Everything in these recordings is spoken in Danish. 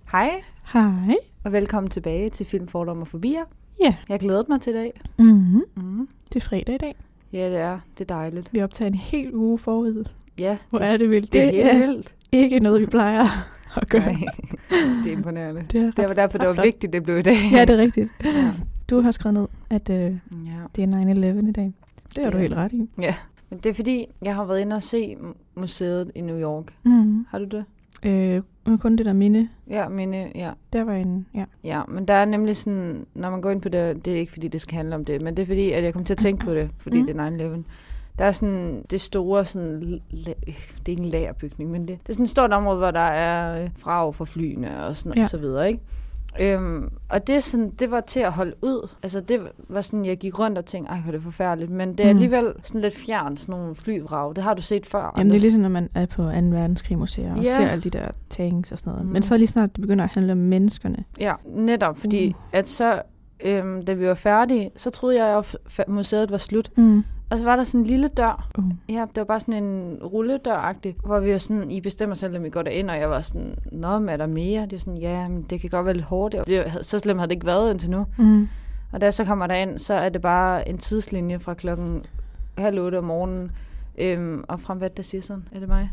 Hej. Hej. Og velkommen tilbage til Film, Fordomme og Fobier. Ja. Jeg glæder mig til i dag. Det er fredag i dag. Ja, det er. Det er dejligt. Vi optager en hel uge forud. Ja. Hvor er det vildt. Det er helt vildt. Ikke noget, vi plejer at gøre. Nej, det er imponerende. Det var derfor, det var vigtigt, det blev i dag. Ja, det er rigtigt. Ja. Du har skrevet ned, at det er 9/11 i dag. Det har du helt ret i. Ja, men det er fordi, jeg har været inde og se museet i New York. Har du det? Kun det der minde. Ja, minde, ja. Der var en, ja. Ja, men der er nemlig sådan, når man går ind på det, det er ikke fordi, det skal handle om det, men det er fordi, at jeg kom til at tænke på det, fordi det er 9/11. Der er sådan det store, sådan, det er ikke en lagerbygning, men det er sådan et stort område, hvor der er frag for flyene og sådan og så videre, ikke? Og det, sådan, det var til at holde ud. Altså det var sådan, jeg gik rundt og tænkte, ej, hvor er det forfærdeligt. Men det er alligevel sådan lidt fjern, sådan nogle flyvrag. Det har du set før. Jamen det er ligesom, når man er på 2. verdenskrig-museer og ser alle de der tanks og sådan noget. Men så lige snart det begynder at handle om menneskerne. Ja, netop. Fordi at så, da vi var færdige, så troede jeg, at museet var slut. Og så var der sådan en lille dør. Ja, det var bare sådan en rulledør-agtig, hvor vi var sådan, I bestemmer selv, om vi går derind, og jeg var sådan, nå, men er der mere? Det er sådan, ja, men det kan godt være lidt hårdt. Så slemt havde det ikke været indtil nu. Og da jeg så kommer derind, så er det bare en tidslinje fra 7:30 om morgenen, og frem hvad der siger sådan. Er det mig?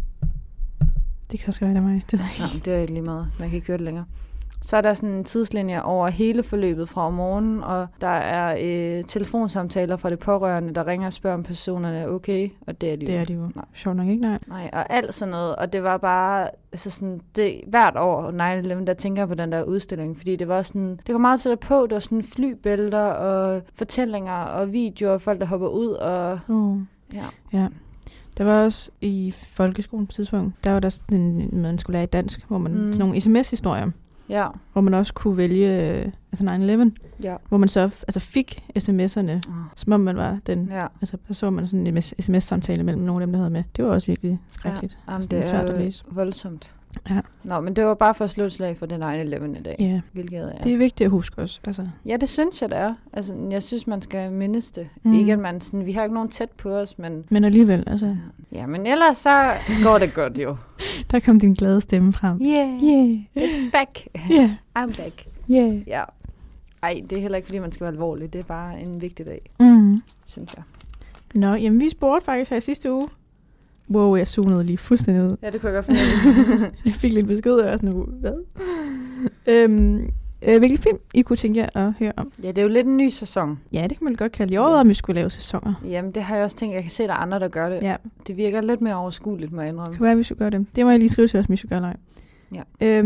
Det kan også være, det er mig. Det ved jeg ikke. Det er ikke lige meget. Man kan ikke høre det længere. Så er der sådan en tidslinje over hele forløbet fra om morgenen, og der er telefonsamtaler fra det pårørende, der ringer og spørger, om personerne er okay, og det er de jo. Det er de jo. Sjovt nok ikke, nej. Nej, og alt sådan noget, og det var bare, altså sådan, det, hvert år 9/11, der tænker jeg på den der udstilling, fordi det var sådan, det kom meget til at på, der var sådan flybilleder og fortællinger og videoer af folk, der hopper ud, og ja. Der var også i folkeskolen på tidspunkt, der var der sådan man skulle lære i dansk, hvor man sådan nogle sms-historier. Ja. Hvor man også kunne vælge altså 9/11, hvor man så altså fik sms'erne, som om man var den. Ja. Altså så man sådan en sms-samtale mellem nogle af dem, der havde med. Det var også virkelig skrækkeligt. Ja. Jamen, det er svært at læse. Voldsomt. Ja. Nå, men det var bare for at slå et slag for den 9/11 i dag. Ja. Hvilket er. Det er vigtigt at huske også. Altså. Ja, det synes jeg, det er. Altså, jeg synes, man skal mindes det. Ikke at man sådan, vi har ikke nogen tæt på os, men... Men alligevel, altså... Ja, men ellers så går det godt jo. Der kom din glade stemme frem. Yeah. It's back. Yeah. I'm back. Yeah. Ja. Ej, det er heller ikke, fordi man skal være alvorlig. Det er bare en vigtig dag, synes jeg. Nå, jamen vi spurgte faktisk her i sidste uge. Wow, jeg zonede lige fuldstændig ud. Ja, det kunne jeg godt fornemme. Jeg fik lidt besked, og jeg var sådan, hvad? Hvilken film I kunne tænke jer at høre om? Ja, det er jo lidt en ny sæson. Ja, det kan man godt kalde. Jeg overvejede, om vi skulle lave sæsoner. Jamen, det har jeg også tænkt. Jeg kan se, at der er andre, der gør det. Ja. Det virker lidt mere overskueligt, må jeg indrømme. Det kan være, vi skulle gøre det. Det må jeg lige skrive til os, om vi skulle gøre nej. Ja.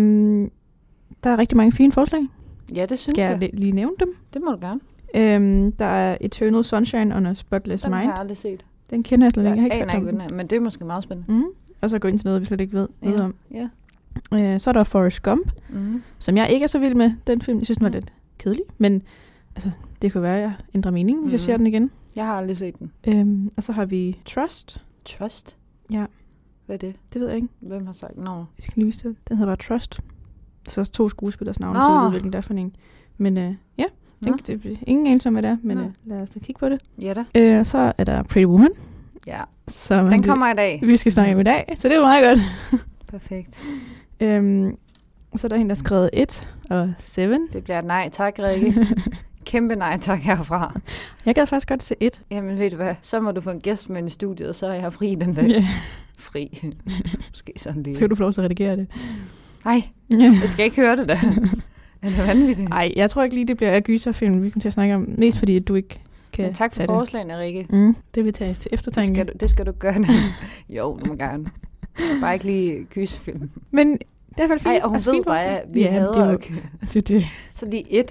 Der er rigtig mange fine forslag. Ja, det synes jeg. Skal jeg lige nævne dem? Det må du gerne. Der er Eternal Sunshine on a Spotless Mind. Den har jeg aldrig set. Den kender jeg slet ikke. Jeg aner ikke, hvad den er, men det er måske meget spændende. Og så gå ind til noget, vi slet ikke ved noget om. Ja. Så er der Forrest Gump, som jeg ikke er så vild med, den film. Jeg synes, den var lidt kedelig, men altså, det kunne være, at jeg ændrer mening, hvis jeg ser den igen. Jeg har aldrig set den. Og så har vi Trust. Trust? Ja. Hvad er det? Det ved jeg ikke. Hvem har sagt no? Jeg skal lige vise det. Den hedder bare Trust. Så er 2 skuespillers navne, så jeg ved, hvilken der er for en. Men ja, det er ingen anelse om, hvad det er, men lad os da kigge på det. Ja da. Så er der Pretty Woman. Ja, som den kommer i dag. Vi skal snakke om i dag, så det er meget godt. Perfekt. Så er der en, der har skrevet 1 og 7. Det bliver et nej tak, Rikke. Kæmpe nej tak herfra. Jeg gad faktisk godt se 1. Jamen ved du hvad, så må du få en gæst med i studiet, og så er jeg fri den dag. Yeah. Fri. Måske sådan lige. Så kan du få lov til at redigere det. Nej, jeg skal ikke høre det da. Er det vanvittigt? Nej, jeg tror ikke lige, det bliver gyserfilm, vi kommer til at snakke om. Mest fordi, at du ikke kan. Men tak for forslagene, Rikke. Det vil tages til eftertanke. Det skal du gøre. Jo, du må gerne. Bare ikke lige gyserfilm. Men det er i hvert fald fint. Ej, og hun ved bare, vi hader okay. Det. Så lige 1.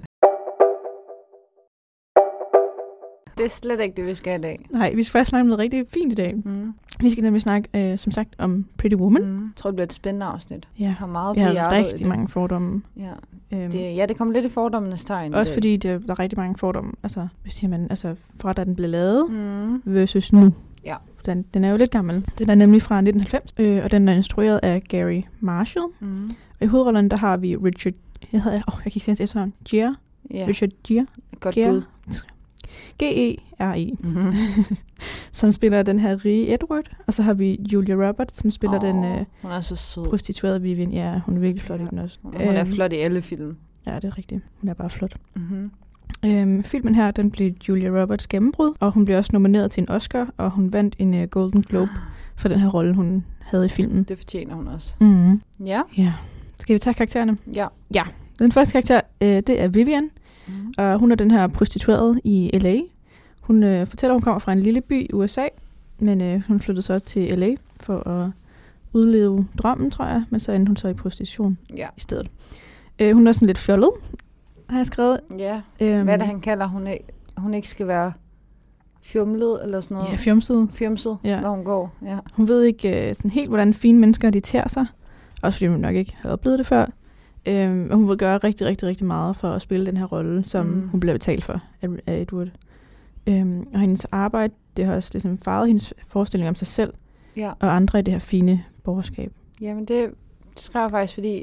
Det er slet ikke det, vi skal i dag. Nej, vi skal faktisk snakke om noget rigtig fint i dag. Vi skal nemlig snakke, som sagt, om Pretty Woman. Jeg tror, det bliver et spændende afsnit. Ja, jeg har meget vi har rigtig mange fordomme. Ja. Det kommer lidt i fordommenes tegn. Også fordi der er rigtig mange fordomme. Altså, hvad siger man? Altså, fra da den blev lavet versus nu. Ja. Den er jo lidt gammel. Den er nemlig fra 1990, og den er instrueret af Gary Marshall. Og i hovedrollen, der har vi Richard... jeg kan ikke sige hans efternavn. Gere? Yeah. Richard Gere? Godt bud. G-E-R-E, som spiller den her rige Edward. Og så har vi Julia Roberts, som spiller den hun er så sød. Prostituerede Vivian. Ja, hun er virkelig flot i den også. Hun er flot i alle film. Ja, det er rigtigt. Hun er bare flot. Filmen her, den blev Julia Roberts gennembrud, og hun blev også nomineret til en Oscar, og hun vandt en Golden Globe for den her rolle, hun havde i filmen. Det fortjener hun også. Ja. Skal vi tage karaktererne? Ja. Den første karakter, det er Vivian, og hun er den her prostituerede i L.A. Hun fortæller, hun kommer fra en lille by i USA, men hun flyttede så til L.A. for at udleve drømmen, tror jeg, men så endte hun så i prostitution i stedet. Hun er sådan lidt fjollet, har jeg skrevet. Ja, hvad er det, han kalder, hun ikke skal være fjumlet eller sådan noget? Ja, fjumset, når hun går. Ja. Hun ved ikke sådan helt, hvordan fine mennesker de tager sig, også fordi hun nok ikke har oplevet det før. Og hun vil gøre rigtig, rigtig, rigtig meget for at spille den her rolle, som hun bliver betalt for af Edward. Og hendes arbejde, det har også ligesom farvet hendes forestilling om sig selv og andre i det her fine borgerskab. Jamen det skrev jeg faktisk, fordi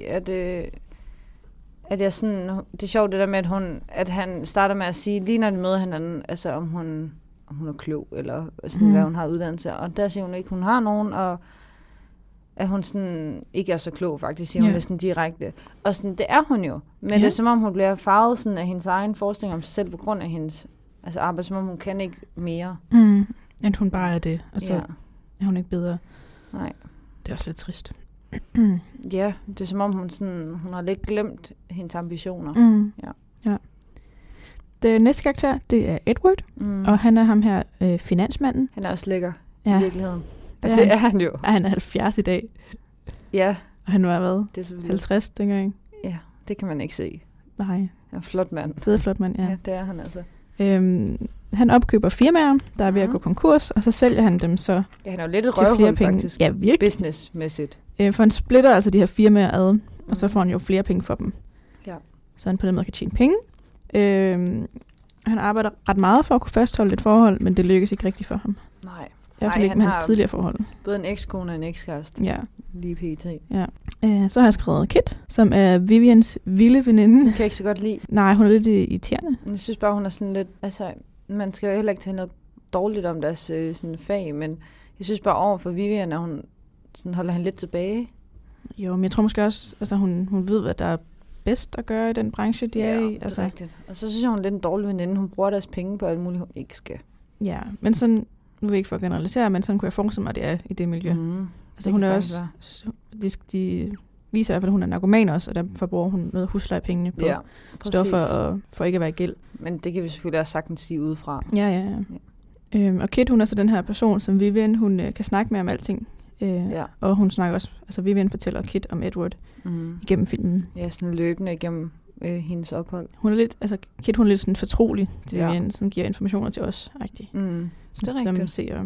at jeg sådan, det er sjovt det der med, at han starter med at sige, lige når de møder hinanden, altså om hun er klog, eller sådan, hvad hun har uddannelse. Og der siger hun ikke, hun har nogen, og at hun sådan ikke er så klog, faktisk, siger hun det sådan direkte. Og sådan, det er hun jo. Men det er som om, hun bliver farvet sådan af hendes egen forestilling om sig selv, på grund af hendes arbejde, som om hun kan ikke mere. End hun bare er det, og så er hun ikke bedre. Nej. Det er også lidt trist. Ja, det er som om, hun har lidt glemt hendes ambitioner. Ja. Den næste karakter, det er Edward, og han er ham her finansmanden. Han er også lækker i virkeligheden. Det er han jo. Og han er 70 i dag. Ja. Og han var hvad? 50 dengang? Ja, det kan man ikke se. Nej. Han er en flot mand. Det er flot mand, ja. Ja, det er han altså. Han opkøber firmaer, der er ved at gå konkurs, og så sælger han dem så han er jo lidt et røvhul, faktisk. Ja, virkelig. Businessmæssigt. For han splitter altså de her firmaer ad, og så får han jo flere penge for dem. Ja. Så han på den måde kan tjene penge. Han arbejder ret meget for at kunne fastholde et forhold, men det lykkes ikke rigtigt for ham. Nej. I hvert fald ikke med hans tidligere forhold. Både en ekskone og en ekskæreste. Ja. Lige pt. Ja. Så har jeg skrevet Kit, som er Vivians vilde veninde. Hun kan ikke så godt lide. Nej, hun er lidt irriterende. Jeg synes bare, hun er sådan lidt... Altså, man skal jo heller ikke tage noget dårligt om deres sådan fag, men jeg synes bare over for Vivian, at hun sådan holder hende lidt tilbage. Jo, men jeg tror måske også, altså hun ved, hvad der er bedst at gøre i den branche, de er i. Altså. Det er rigtigt. Og så synes jeg, hun er lidt en dårlig veninde. Hun bruger deres penge på alt muligt, hun ikke skal. Ja, men sådan... Nu vil jeg ikke for at generalisere, men sådan kunne jeg forestille mig, at det er i det miljø. Altså hun er også... De viser i hvert fald, at hun er narkoman også, og derfor bruger hun noget huslejepengene på stoffer og for ikke at være i gæld. Men det kan vi selvfølgelig også sagtens sige udefra. Ja. Og Kit, hun er så den her person, som Vivian, hun kan snakke med om alting. Og hun snakker også... Altså Vivian fortæller Kit om Edward igennem filmen. Ja, sådan løbende igennem hendes ophold. Hun er lidt... Altså Kit, hun er lidt sådan fortrolig til Vivian, som giver informationer til os, rigtig. Det er rigtigt. Ser.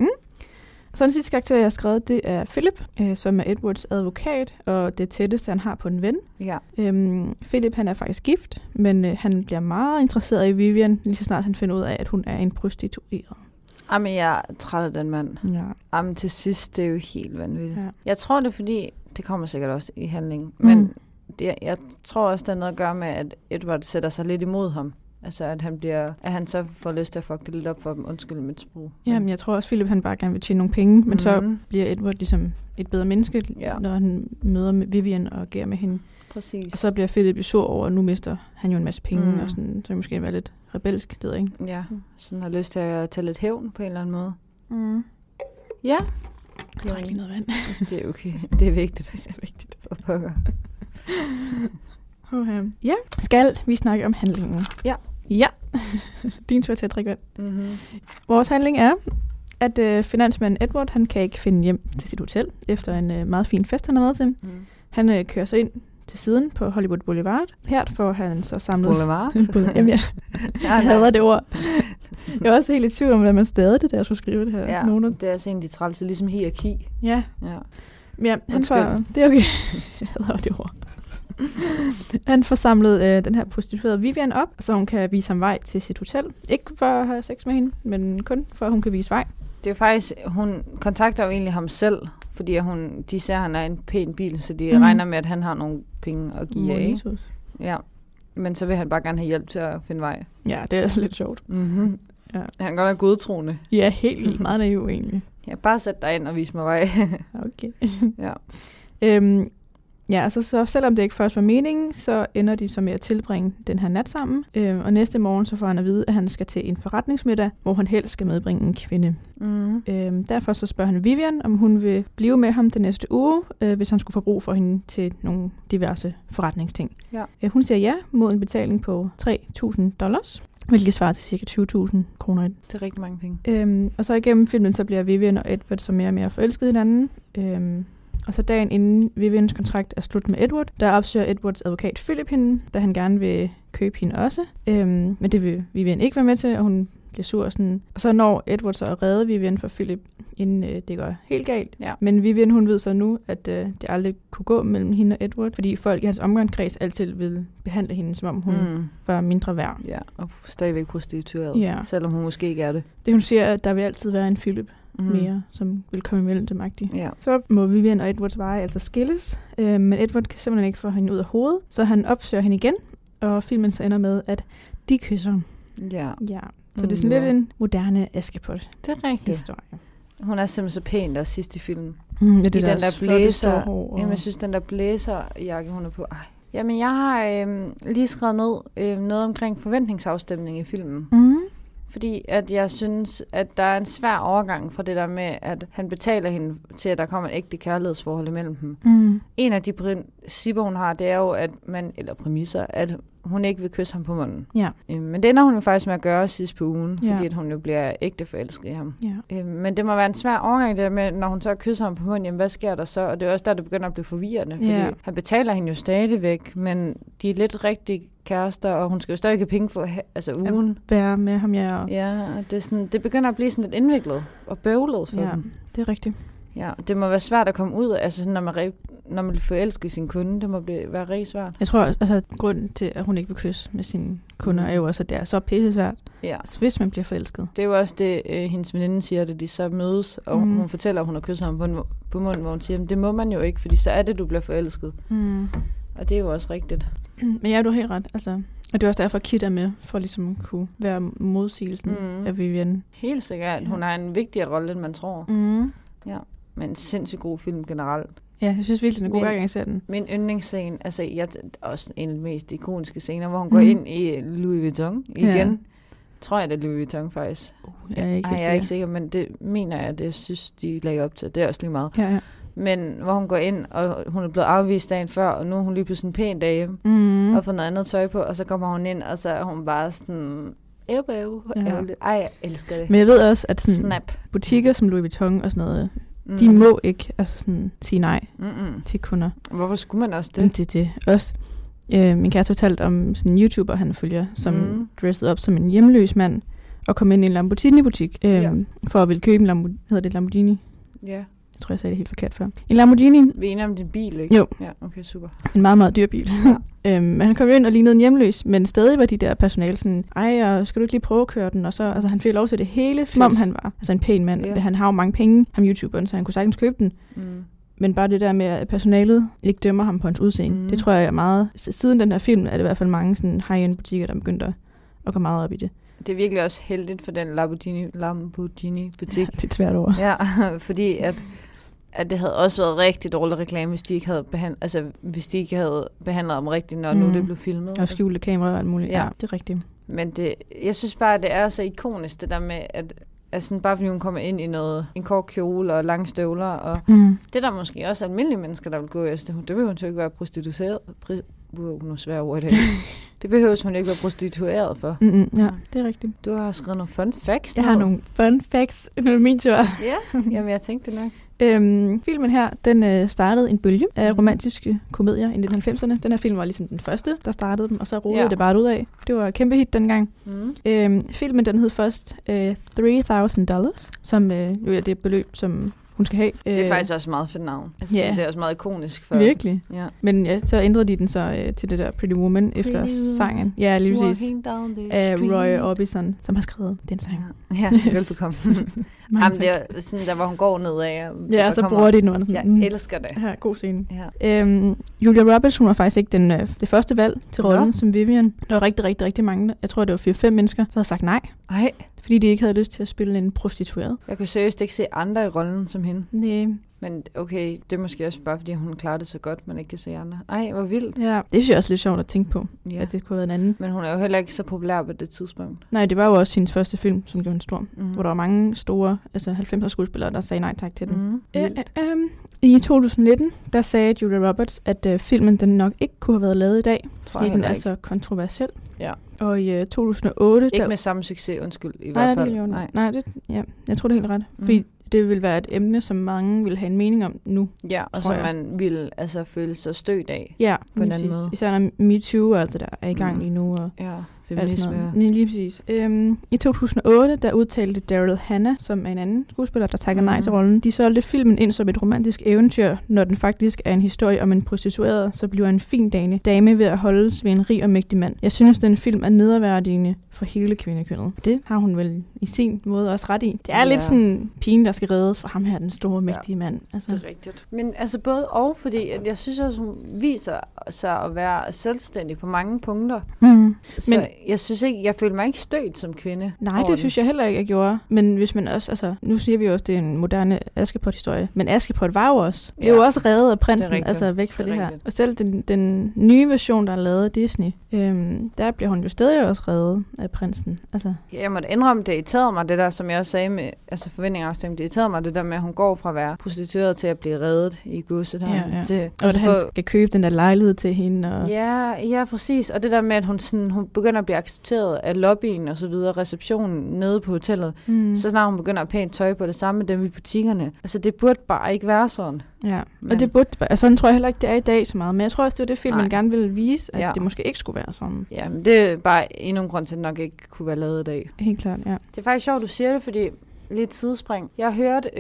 Så den sidste karakter, jeg har skrevet, det er Philip, som er Edwards advokat, og det tætteste, han har på en ven. Ja. Philip, han er faktisk gift, men han bliver meget interesseret i Vivian, lige så snart han finder ud af, at hun er en prostitueret. Jamen, jeg er træt af den mand. Ja. Jamen, til sidst, det er jo helt vanvittigt. Ja. Jeg tror, det er fordi, det kommer sikkert også i handling, men jeg tror også, det er noget at gøre med, at Edward sætter sig lidt imod ham. Altså, at han så får lyst til at fuck det lidt op for dem. Undskyld mit sprog. Jamen, jeg tror også, Philip han bare gerne vil tjene nogle penge, men så bliver Edward ligesom et bedre menneske, når han møder med Vivian og agerer med hende. Præcis. Og så bliver Philip jo sur over, at nu mister han jo en masse penge, og sådan, så måske være lidt rebelsk, det ikke? Ja, sådan har lyst til at tage lidt hævn på en eller anden måde. Ja. Jeg drikker lige noget vand. Det er okay. Det er vigtigt. Det er vigtigt. Og pokker. Ja, skal vi snakke om handlingen? Ja. Din tur til at drikke vand. Vores handling er, at finansmanden Edward, han kan ikke finde hjem til sit hotel efter en meget fin fest, han har været til. Han kører så ind til siden på Hollywood Boulevard. Her får han så samlet... Boulevard? Jamen ja, jeg hader det ord. Jeg var også helt i tvivl om, hvordan man stadig det der, skulle skrive det her. Ja, det er altså en af de trælse, ligesom hierarki. Ja, han får... Det er okay. Jeg hader det ord. Han får samlet den her prostituerede Vivian op, så hun kan vise ham vej til sit hotel. Ikke for at have sex med hende, men kun for at hun kan vise vej. Det er jo faktisk, hun kontakter jo egentlig ham selv, fordi de ser, at han er en pæn bil, så de regner med, at han har nogle penge at give af. Ja. Men så vil han bare gerne have hjælp til at finde vej. Ja, det er altså lidt sjovt. Mm-hmm. Ja. Han kan godt være godtroende. Ja, helt vildt meget naiv egentlig. Ja, bare sæt dig ind og vis mig vej. Okay. Ja. Ja, så selvom det ikke først var meningen, så ender de så med at tilbringe den her nat sammen. Og næste morgen så får han at vide, at han skal til en forretningsmiddag, hvor han helst skal medbringe en kvinde. Derfor så spørger han Vivian, om hun vil blive med ham den næste uge, hvis han skulle få brug for hende til nogle diverse forretningsting. Ja. Hun siger ja mod en betaling på $3,000, hvilket svarer til ca. 20.000 kroner. Det er rigtig mange penge. Og så igennem filmen, så bliver Vivian og Edward så mere og mere forelsket hinanden. Og så dagen inden Vivians kontrakt er slut med Edward, der opsøger Edwards advokat Philip hende, da han gerne vil købe hende også. Men det vil Vivian ikke være med til, og hun bliver sur og sådan. Og så når Edward så at redde Vivian fra Philip, inden det går helt galt. Ja. Men Vivian, hun ved så nu, at det aldrig kunne gå mellem hende og Edward, fordi folk i hans omgangskreds altid vil behandle hende, som om hun var mindre værd. Ja, og stadigvæk prostitueret, selvom hun måske ikke er det. Det hun siger, at der vil altid være en Philip mere, som vil komme imellem dem agtigt. Ja. Så må Vivian og Edwards veje altså skilles, men Edward kan simpelthen ikke få hende ud af hovedet, så han opsøger hende igen, og filmen så ender med, at de kysser. Ja. Så det er sådan lidt en moderne Askepot. Det er rigtigt. Historie. Hun er simpelthen så pæn der sidst i filmen. Det I den der blæser. Jamen, jeg synes, den der blæserjakke, hun er på. Jamen, jeg har lige skrevet noget omkring forventningsafstemning i filmen. Fordi at jeg synes, at der er en svær overgang fra det der med, at han betaler hende til, at der kommer et ægte kærlighedsforhold imellem dem. En af de principper, hun har, det er jo, at præmisser, at hun ikke vil kysse ham på munden. Ja. Men det ender hun jo faktisk med at gøre sidst på ugen, fordi at hun jo bliver ægte forelsket i ham. Ja. Men det må være en svær overgang, det der med, når hun så kysser ham på munden, jamen hvad sker der så? Og det er også der, det begynder at blive forvirrende, fordi han betaler hende jo stadigvæk, men de er lidt rigtig kærester, og hun skal jo stadig have penge for ugen. Være med ham, ja. Ja, det, er sådan, det begynder at blive sådan lidt indviklet og bøvlet for dem. Det er rigtigt. Ja, det må være svært at komme ud af, altså når man forelsker sin kunde, det må være rigtig svært. Jeg tror også, altså grunden til, at hun ikke vil kysse med sine kunder, er jo også, at det er så pissesvært, altså, hvis man bliver forelsket. Det er jo også det, hendes veninde siger, da de så mødes, og hun fortæller, at hun har kysset ham på munden, hvor hun siger, det må man jo ikke, fordi så er det, du bliver forelsket. Og det er jo også rigtigt. Men ja, du har helt ret, altså. Og det er også derfor, Kit er med, for ligesom at kunne være modsigelsen af Vivian. Helt sikkert. Hun har en vigtigere rolle, end man tror. Ja, men en sindssygt god film generelt. Ja, jeg synes virkelig, den er god, gang jeg ser den. Min yndlingsscene, altså også en af de mest ikoniske scener, hvor hun går ind i Louis Vuitton igen. Ja. Tror jeg, det er Louis Vuitton faktisk. Jeg er ikke sikker, men det mener jeg, det synes de lægger op til. Det er også lige meget. Ja. Men hvor hun går ind, og hun er blevet afvist dagen før, og nu er hun lige pludselig en pæn dag hjemme, og får noget andet tøj på, og så kommer hun ind, og så er hun bare sådan... ærgerligt. Ej, jeg elsker det. Men jeg ved også, at sådan butikker som Louis Vuitton og sådan noget, de må ikke sådan sige nej til kunder. Hvorfor skulle man også det? Det. Også min kæreste fortalte om sådan en YouTuber, han følger, som dressede op som en hjemløs mand, og kom ind i en Lamborghini-butik for at ville købe en Lamborghini. Ja. Jeg tror, jeg sagde det helt forkert før. En Lamborghini. Vi er enige om din bil, ikke? Jo. Ja, okay, super. En meget, meget dyr bil. Ja. Men han kom ind og lignede en hjemløs, men stadig var de der personale sådan, skal du ikke lige prøve at køre den? Og så, altså, han fik lov til det hele, som om han var en pæn mand. Ja. Han har jo mange penge, ham YouTuberen, så han kunne sagtens købe den. Men bare det der med, at personalet ikke dømmer ham på hans udseende, det tror jeg er meget... Siden den her film er det i hvert fald mange sådan high-end butikker, der begyndte at gå meget op i det. Det er virkelig også heldigt for den Lamborghini-butik. Ja, det er et svært ord. Ja, fordi at det havde også været rigtig dårlig reklame, hvis de ikke havde behandlet dem rigtigt, når nu det blev filmet. Og skjulte kameraer og alt muligt. Ja, det er rigtigt. Men jeg synes bare, at det er så ikonisk, det der med, at sådan, bare fordi hun kommer ind i en kort kjole og lange støvler, og det der måske også almindelige mennesker, der vil gå efter, det behøver hun jo ikke være prostitueret. Det behøver hun ikke være prostitueret for. Ja, det er rigtigt. Du har skrevet nogle fun facts. Jeg har nogle fun facts. Nu er det min tur. Ja, jamen jeg tænkte det nok. Filmen her, den startede en bølge af romantiske komedier i 1990'erne. Den her film var ligesom den første, der startede dem, og så rodede det bare ud af. Det var et kæmpe hit dengang. Filmen, den hed først $3,000, som jo er det beløb, som hun skal have. Det er faktisk også meget fedt navn. Altså, det er også meget ikonisk for... Virkelig. Ja. Men så ændrede de den så til det der Pretty Woman efter sangen. Ja, lige præcis. Af Roy Orbison, som har skrevet den sang. Ja, velbekomme. Jamen, det er sådan, der hvor hun går nedad. Ja, så bruger de den. Jeg elsker det. Ja, god scene. Ja. Julia Roberts, hun var faktisk ikke det første valg til rollen som Vivian. Der var rigtig mange. Jeg tror, det var 4-5 mennesker, der havde sagt nej. Ej. Fordi de ikke havde lyst til at spille en prostitueret. Jeg kunne seriøst ikke se andre i rollen som hende. Nej. Men okay, det er måske også bare, fordi hun klarer det så godt, man ikke kan se andre. Ej, hvor vildt. Ja, det synes jeg også lidt sjovt at tænke på, at det kunne have været en anden. Men hun er jo heller ikke så populær på det tidspunkt. Nej, det var jo også hendes første film, som gjorde hende stor. Hvor der var mange store, 90'er skuespillere, der sagde nej tak til den. I 2019, der sagde Julia Roberts, at filmen den nok ikke kunne have været lavet i dag, fordi den er så kontroversiel. Ja. Og i 2008... Ikke med samme succes, undskyld, i hvert fald. Nej, jeg tror det er helt ret. Fordi det vil være et emne, som mange vil have en mening om nu. Ja, og som man vil føle sig stødt af. Ja, på en anden måde. Især når MeToo og alt det der er i gang lige nu. Og feminisme. Men lige præcis. I 2008, der udtalte Daryl Hannah, som er en anden skuespiller, der takker nej til rollen. De solgte filmen ind som et romantisk eventyr, når den faktisk er en historie om en prostitueret, så bliver en fin dame ved at holdes ved en rig og mægtig mand. Jeg synes, den film er nedværdigende for hele kvindekønnet. Det har hun vel i sin måde også ret i. Det er lidt sådan pigen, der skal reddes fra ham her, den store, mægtige mand. Altså. Det er rigtigt. Men altså både og, fordi jeg synes også, hun viser sig at være selvstændig på mange punkter. Så jeg synes ikke, jeg føler mig ikke stødt som kvinde. Nej, det synes jeg heller ikke, jeg gjorde. Men hvis man også, altså, nu siger vi jo også, det er en moderne Askepot-historie, men Askepot var jo også. Det er jo også reddet af prinsen, altså væk fra det her. Og selv den nye version, der er lavet af Disney, der bliver hun jo stadig også reddet af prinsen. Altså. Ja, jeg måtte indrømme, det irriterede mig, det der, som jeg også sagde med forventningsafstemning, det irriterede mig, det der med, at hun går fra at være prostitueret til at blive reddet i godset her. Ja. Til, og at han skal købe den der lejlighed til hende. Og... Ja, præcis. Og det der med, at hun begynder at blive accepteret af lobbyen og så videre, receptionen nede på hotellet, så snart hun begynder at pænt tøj på det samme med dem i butikkerne. Altså, det burde bare ikke være sådan. Ja, og det burde bare, sådan tror jeg heller ikke, det er i dag så meget, men jeg tror også, det var det film, man gerne ville vise, at det måske ikke skulle være sådan. Ja, men det er bare endnu en grund til, at det nok ikke kunne være lavet i dag. Helt klart, ja. Det er faktisk sjovt, du siger det, fordi lidt tidsspring. Jeg hørte,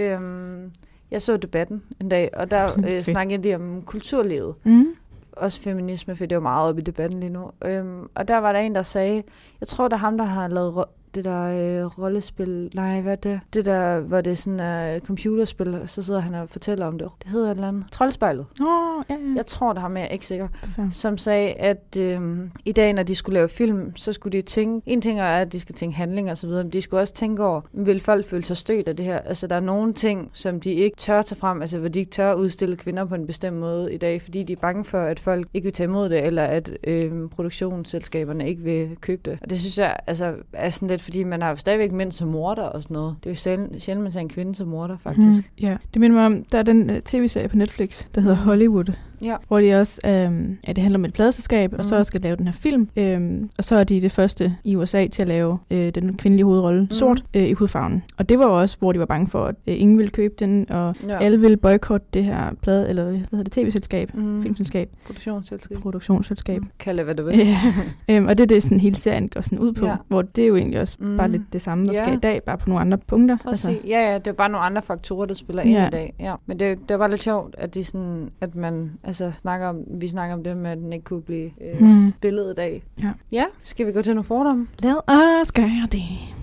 jeg så Debatten en dag, og der snakkede de om kulturlivet. Også feminisme, for det er jo meget oppe i Debatten lige nu. Og der var der en, der sagde, jeg tror, der er ham, der har lavet det der rollespil, nej, hvad er det? Det der, hvor det er sådan computerspil, så sidder han og fortæller om det. Det hedder et eller andet. Troldspejlet. Ja. Jeg tror, det har med, jeg er ikke sikker. Som sagde, at i dag, når de skulle lave film, så skulle de tænke, en ting er, at de skal tænke handling og så videre, men de skulle også tænke over, vil folk føle sig stødt af det her? Altså, der er nogle ting, som de ikke tør tage frem, altså, hvor de ikke tør udstille kvinder på en bestemt måde i dag, fordi de er bange for, at folk ikke vil tage imod det, eller at produktionsselskaberne ikke vil købe det. Og det synes jeg, altså, er sådan lidt, fordi man har stadigvæk mænd som morder og sådan noget. Det er jo sjældent, man ser en kvinde som morder, faktisk. Ja, det minder mig om, der er den tv-serie på Netflix, der hedder Hollywood. Ja. Hvor de også, det handler om et pladeselskab, og så også skal lave den her film. Og så er de det første i USA til at lave den kvindelige hovedrolle sort i hudfarven. Og det var også, hvor de var bange for, at ingen ville købe den, og alle ville boykotte det her plade, eller hvad hedder det, tv-selskab, filmselskab. Produktionsselskab. Kald det, hvad du vil. Og det er det, sådan hele serien går sådan ud på, hvor det er jo egentlig også bare lidt det samme, der sker i dag, bare på nogle andre punkter. Altså. Ja, det er bare nogle andre faktorer, der spiller ind i dag. Ja. Men det er bare lidt sjovt, at de sådan, at man vi snakker om det med, at den ikke kunne blive spillet i dag. Ja, skal vi gå til nogle fordomme? Lad os gøre det.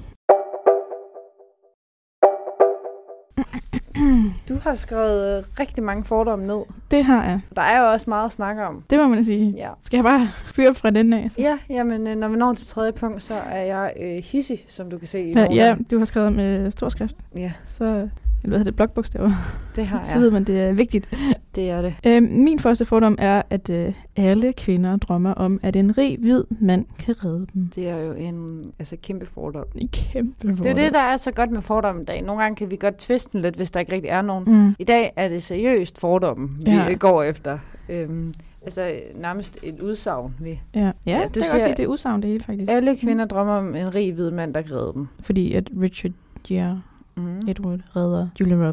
Du har skrevet rigtig mange fordomme ned. Det har jeg. Der er jo også meget at snakke om. Det må man sige. Ja. Skal jeg bare fyre fra den af? Så? Ja, jamen når vi når til tredje punkt, så er jeg hissig, som du kan se i ja, du har skrevet med stor skrift. Ja. Så hvad hedder det, blokbogstaver. Det har jeg. Så ved man, det er vigtigt. Det er det. Min første fordom er, at alle kvinder drømmer om, at en rig, hvid mand kan redde dem. Det er jo en kæmpe fordom. En kæmpe fordom. Det er det, der er så godt med fordommen i dag. Nogle gange kan vi godt tviste den lidt, hvis der ikke rigtig er nogen. I dag er det seriøst fordommen, vi går efter. Nærmest et udsagn. Ja, det kan godt sige, det er udsagn det hele faktisk. Alle kvinder drømmer om en rig, hvid mand, der kan redde dem. Fordi at Richard Gere Edward redder Julia Roberts.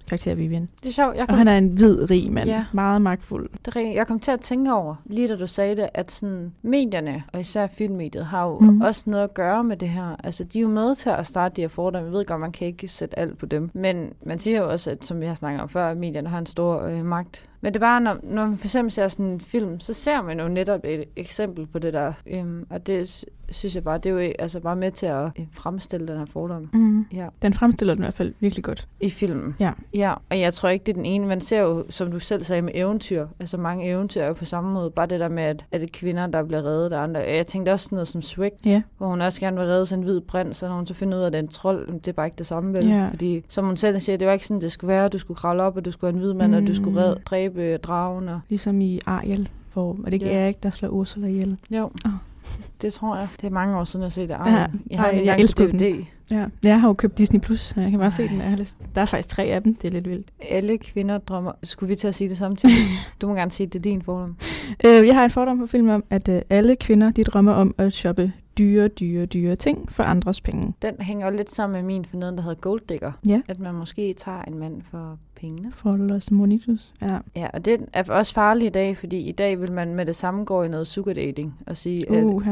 karakter Vivian. Det er sjovt. Og han er en hvid, rig mand. Ja. Meget magtfuld. Det er jeg kom til at tænke over, lige da du sagde det, at sådan, medierne, og især filmmediet, har jo også noget at gøre med det her. Altså, de er jo med til at starte de her fordomme. Jeg ved godt, man kan ikke sætte alt på dem. Men man siger jo også, at, som vi har snakket om før, at medierne har en stor magt. Men det er bare, når man for eksempel ser sådan en film, så ser man jo netop et eksempel på det der. Og det synes jeg bare, det er jo altså bare med til at fremstille den her fordom. Ja. Den fremstiller den i hvert fald virkelig godt. I filmen. Ja, og jeg tror ikke, det er den ene. Man ser jo, som du selv sagde, med eventyr. Altså mange eventyr er jo på samme måde. Bare det der med, at det er kvinder, der bliver reddet af andre. Jeg tænkte også sådan noget som Shrek, hvor hun også gerne vil redde sig en hvid prins, så når hun så finder ud af, at det er en trold, det er bare ikke det samme, vel? Ja. Fordi, som hun selv siger, det var ikke sådan, det skulle være. Du skulle kravle op, og du skulle have en hvid mand, og du skulle dræbe dragen. Og... Ligesom i Ariel, hvor er det ikke Erik, der slår Ursula ihjel? Jo. Det tror jeg. Det er mange år siden, jeg har set det. Jeg elsker den. Ja. Jeg har jo købt Disney+, så jeg kan bare se den, jeg har lyst. Der er faktisk 3 af dem, det er lidt vildt. Alle kvinder drømmer... Skulle vi til at sige det samtidig? Du må gerne sige, det er din fordom. Jeg har en fordom på film om, at alle kvinder, de drømmer om at shoppe dyre ting for andres penge. Den hænger jo lidt sammen med min forneden, der hedder Gold Digger. Ja. At man måske tager en mand for pengene. For Los Monitos, Ja, og det er også farligt i dag, fordi i dag vil man med det samme gå i noget sugar dating og sige,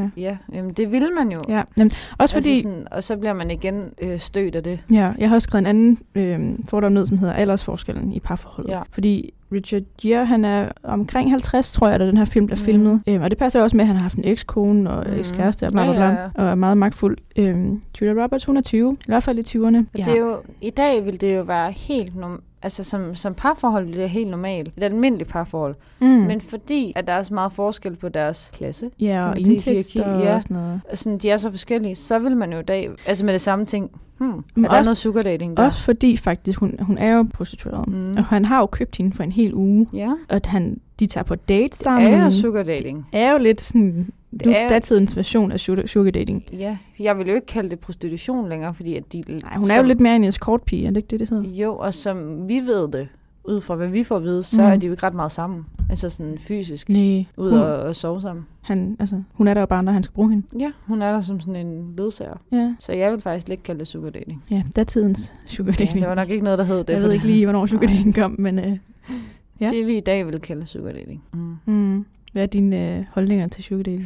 at det vil man jo. Ja, men også fordi... Altså sådan, og så bliver man igen stødt af det. Ja, jeg har også skrevet en anden fordom ned, som hedder aldersforskellen i parforholdet. Ja. Fordi Richard Gere, han er omkring 50, tror jeg, da den her film bliver filmet. Og det passer også med, at han har haft en ekskone og ekskæreste og bla bla bla, og er meget magtfuld. Julia Roberts, hun er 20, i hvert fald i 20'erne. Det er jo, i dag vil det jo være helt altså som parforhold vil det er helt normalt. Et almindeligt parforhold. Men fordi, at der er så meget forskel på deres klasse. Ja, og indtægter og sådan noget. Sådan, de er så forskellige. Så vil man jo i dag, altså med det samme ting, der er noget sugar dating der. Også fordi faktisk, hun er jo prostitueret. Og han har jo købt hende for en hel uge. Ja. Og de tager på date sammen. Det er jo sugar dating. Det er jo lidt sådan... datidens version af sugar dating. Ja, jeg vil jo ikke kalde det prostitution længere, fordi at de... Nej, hun er jo lidt mere en escortpige, er det ikke det hedder? Jo, og som vi ved det, ud fra hvad vi får at vide, så er de jo ikke ret meget sammen. Altså sådan fysisk. Nej. Ud og sove sammen. Hun er der jo bare, når han skal bruge hende. Ja, hun er der som sådan en ledsager. Ja. Så jeg vil faktisk ikke kalde det sugar dating. Ja, datidens sugar dating. Ja, det var nok ikke noget, der hed det. Jeg ved ikke lige, hvornår sugar dating kom, men... Ja. Det vi i dag vil kalde sugar dating. Hvad er dine holdninger til sugar dating?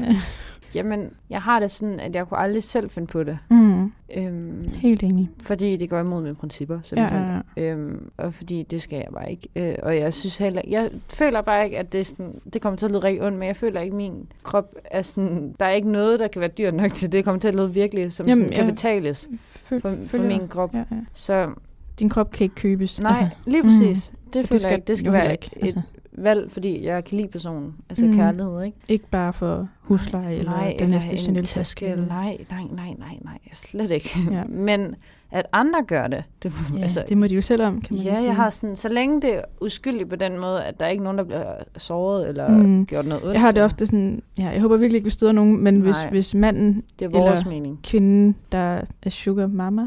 Jamen, jeg har det sådan, at jeg kunne aldrig selv finde på det. Helt enig. Fordi det går imod mine principper, simpelthen. Ja. Og fordi det skal jeg bare ikke. Og jeg synes heller, jeg føler bare ikke, at det kommer til at lyde rigtig ondt, men jeg føler ikke, at min krop er sådan, der er ikke noget, der kan være dyrt nok til det. Det kommer til at lyde virkelig, som sådan, kan betales for min krop. Ja. Så din krop kan ikke købes. Nej, lige præcis. Det føler jeg, det skal være et valg, fordi jeg kan lide personen. Altså kærlighed, ikke? Ikke bare for husleje eller den næste Chanel-taske. Nej, slet ikke. Ja. Men at andre gør det. Det må de jo selv om, kan man sige. Jeg har sådan, så længe det er uskyldigt på den måde, at der er ikke nogen, der bliver såret eller gjort noget ondt. Jeg har det ofte sådan, jeg håber virkelig ikke, vi støder nogen, men hvis manden det er vores mening. Kvinden, der er sugar mama,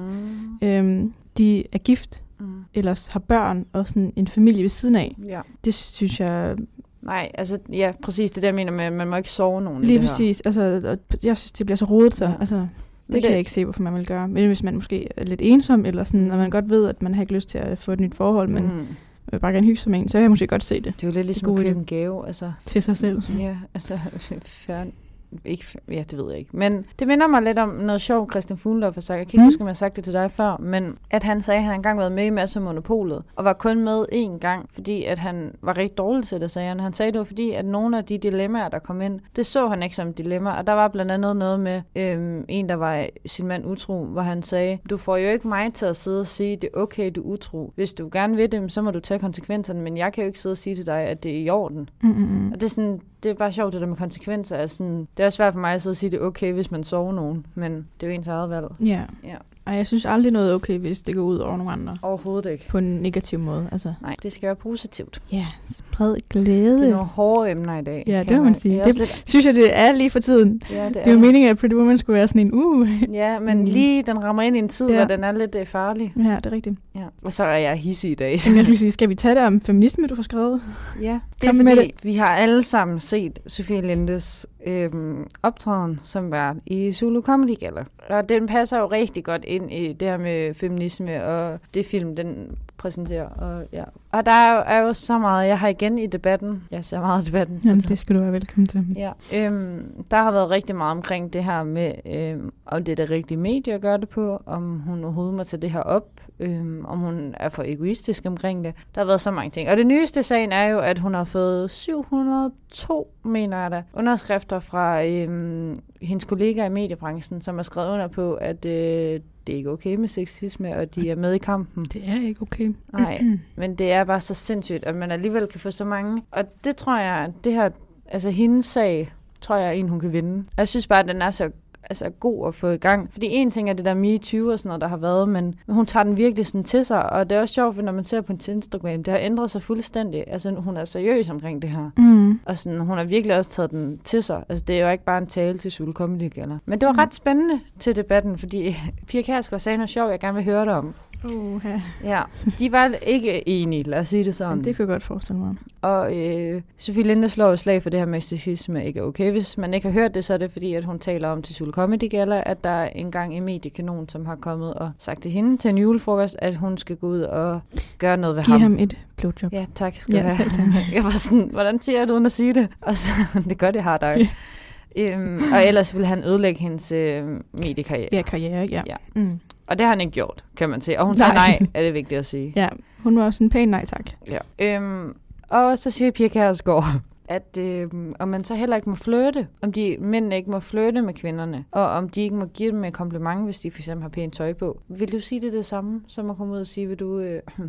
de er gift, ellers har børn og sådan en familie ved siden af. Ja. Det synes jeg... Nej, altså, ja, præcis det der, jeg mener med, at man må ikke sove nogen lige i det præcis. Altså, jeg synes, det bliver så rodet, så altså, det kan jeg ikke se, hvorfor man vil gøre. Men hvis man måske er lidt ensom, eller sådan, og man godt ved, at man har ikke lyst til at få et nyt forhold, men vil bare gerne hygge sig med en, så kan jeg måske godt se det. Det er jo lidt ligesom at købe en gave, altså. Til sig selv. Ja, altså, det ved jeg ikke. Men det minder mig lidt om noget sjovt, Christian Fuglendorf har sagt. Jeg kan ikke huske, om jeg har sagt det til dig før, men at han sagde, at han engang været med i Mads og Monopolet, og var kun med én gang, fordi at han var rigtig dårlig til det, sagde han. Han sagde, det var fordi, at nogle af de dilemmaer, der kom ind, det så han ikke som dilemma, og der var blandt andet noget med en, der var sin mand utro, hvor han sagde, du får jo ikke mig til at sidde og sige, det er okay, du er utro. Hvis du gerne vil det, så må du tage konsekvenserne, men jeg kan jo ikke sidde og sige til dig, at det er i orden. Og det er sådan, det er bare sjovt, det der med konsekvenser. Er sådan, det er også svært for mig at sidde og sige, det er okay, hvis man sover nogen, men det er jo ens eget valg. Ja. Og jeg synes aldrig noget er okay, hvis det går ud over nogle andre. Overhovedet ikke. På en negativ måde. Altså. Nej, det skal være positivt. Ja, spred glæde. Det er nogle hårde emner i dag. Ja, det må man sige. Det lidt... synes jeg, det er lige for tiden. Ja, det er jo meningen, at Pretty Woman skulle være sådan en Ja, men lige den rammer ind i en tid, hvor den er lidt farlig. Ja, det er rigtigt. Ja. Og så er jeg hissig i dag. Jeg skulle sige, skal vi tage det om feminisme, du får skrevet? Ja, det er fordi, vi har alle sammen set Sofie Lindes optræden, som var i Zulu Comedy Gala. Og den passer jo rigtig godt ind i det her med feminisme, og det film, den præsenterer. Og der er jo så meget, jeg har igen i debatten. Jeg ser meget debatten. Jamen, det skal du være velkommen til. Ja. Der har været rigtig meget omkring det her med, om det er det rigtige medie at gøre det på, om hun overhovedet må tage det her op, om hun er for egoistisk omkring det. Der har været så mange ting. Og det nyeste i sagen er jo, at hun har fået 702, mener jeg da, underskrifter fra hendes kollegaer i mediebranchen, som har skrevet under på, at det er ikke okay med sexisme, og de er med i kampen. Det er ikke okay. Nej, men det er bare så sindssygt, at man alligevel kan få så mange. Og det tror jeg, det her, altså hendes sag, tror jeg er en, hun kan vinde. Jeg synes bare, at den er så god at få i gang. Fordi en ting er det der MeToo og sådan noget, der har været, men hun tager den virkelig sådan til sig, og det er også sjovt, for når man ser på hendes Instagram, det har ændret sig fuldstændig. Altså hun er seriøs omkring det her. Og sådan, hun har virkelig også taget den til sig. Altså det er jo ikke bare en tale til Zulu Comedy Galla. Men det var ret spændende til debatten, fordi Pia Kjærsgaard sagde noget sjovt, jeg gerne vil høre dig om. Ja, de var ikke enige, lad os sige det sådan. Jamen, det kan jeg godt forestille mig. Og Sofie Linde slår slag for det her med sexisme ikke er okay. Hvis man ikke har hørt det, så er det fordi, at hun taler om til Zulu Comedy Galla, at der er engang en mediekanon, som har kommet og sagt til hende til en julefrokost, at hun skal gå ud og gøre noget ved ham. Giv ham et blowjob. Ja, tak skal du have. Jeg var sådan, hvordan siger jeg det uden at sige det? Og så, det gør det har dig. Og ellers ville han ødelægge hendes mediekarriere. Ja, karriere, ja. Og det har han ikke gjort, kan man sige. Og hun sagde nej, er det vigtigt at sige. Ja, hun var også en pæn nej tak. Ja. Og så siger Pia Kjærsgaard, at om man så heller ikke må flirte, om mænd ikke må flirte med kvinderne, og om de ikke må give dem et kompliment, hvis de for eksempel har pænt tøj på. Vil du sige det samme, som at komme ud og sige, vil du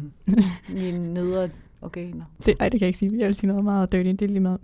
min nedre... Okay, no. Det kan jeg ikke sige. Jeg vil sige noget meget dirty. Det er lige meget.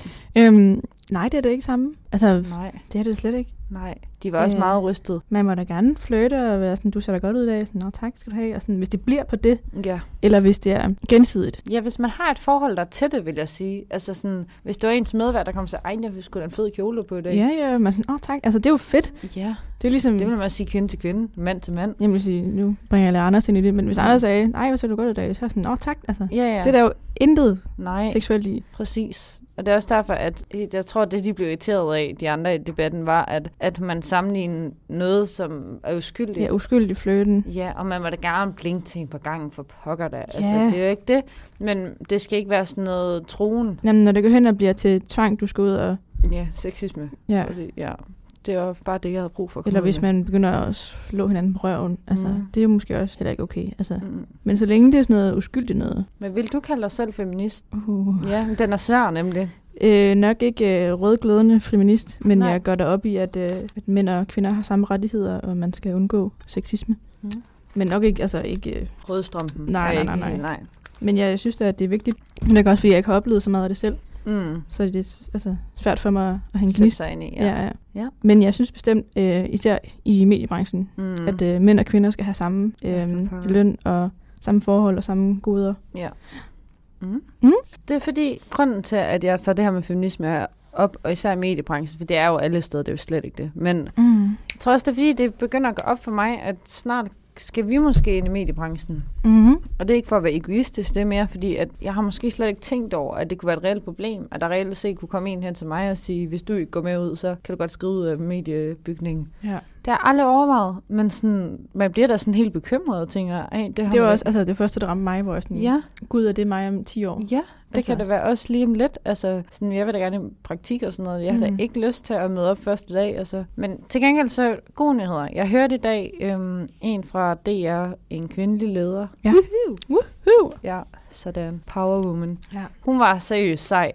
Nej, det er det ikke samme. Altså, nej. Det er det slet ikke. Nej, de var også meget rystet. Man må da gerne flirte og være sådan, du ser da godt ud i dag. Sådan, nå, tak skal du have. Og sådan, hvis det bliver på det, ja. Eller hvis det er gensidigt. Ja, hvis man har et forhold der til det, vil jeg sige. Altså sådan, hvis du er ens medvært, der kommer og siger, ej, jeg vil sgu da en fed kjole på i dag. Ja, man sådan, tak. Altså, det er jo fedt. Ja, det er ligesom, det vil man også sige kvinde til kvinde, mand til mand. Jeg vil sige, nu bringer jeg lidt Anders ind i det, men hvis Anders sagde, nej, hvad ser du godt i dag, så er sådan, tak. Altså, ja. Det er der jo intet seksuelt i. Præcis. Og det er også derfor, at jeg tror, det de blev irriteret af, de andre i debatten, var, at man sammenligner noget, som er uskyldigt. Ja, uskyldig flirten. Ja, og man må da gerne blinke til en par gange for pokker da. Ja. Altså, det er jo ikke det. Men det skal ikke være sådan noget troen. Jamen, når det går hen og bliver til tvang, du skal ud og... Ja, sexisme. Ja. Ja. Det var bare det, jeg havde brug for. Eller hvis man begynder at slå hinanden på røven. Altså, det er jo måske også heller ikke okay. Altså, men så længe det er sådan noget uskyldigt noget. Men vil du kalde dig selv feminist? Ja, den er svær nemlig. Nok ikke rødglødende feminist, men jeg går derop i, at mænd og kvinder har samme rettigheder, og man skal undgå sexisme. Men nok ikke, altså ikke... Rødstrømpen. Nej. Men jeg synes da, at det er vigtigt. Men det er også, fordi jeg ikke har oplevet så meget af det selv. Så det er altså svært for mig at hænge gnist. Ja. Men jeg synes bestemt, især i mediebranchen, at mænd og kvinder skal have samme løn og samme forhold og samme goder. Ja. Det er fordi, grunden til, at jeg tager det her med feminisme er op, og især i mediebranchen, for det er jo alle steder, det er jo slet ikke det. Men jeg tror også, det er fordi, det begynder at gå op for mig, at snart skal vi måske ind i mediebranchen. Og det er ikke for at være egoistisk, det er mere fordi, at jeg har måske slet ikke tænkt over, at det kunne være et reelt problem, at der reelt set kunne komme en hen til mig og sige, hvis du ikke går med ud, så kan du godt skrive ud af mediebygningen. Ja. Det har jeg aldrig overvejet, men sådan, man bliver da sådan helt bekymret og tænker, det var også altså, det første, der ramte mig, hvor jeg sådan, gud, er det mig om 10 år? Ja, det kan da være også lige om lidt. Altså, sådan, jeg vil da gerne i praktik og sådan noget. Jeg har da ikke lyst til at møde op første dag. Altså. Men til gengæld så gode nyheder. Jeg hørte i dag en fra DR, en kvindelig leder. Ja. Woohoo! Ja, sådan. Power woman. Ja. Hun var seriøst sej.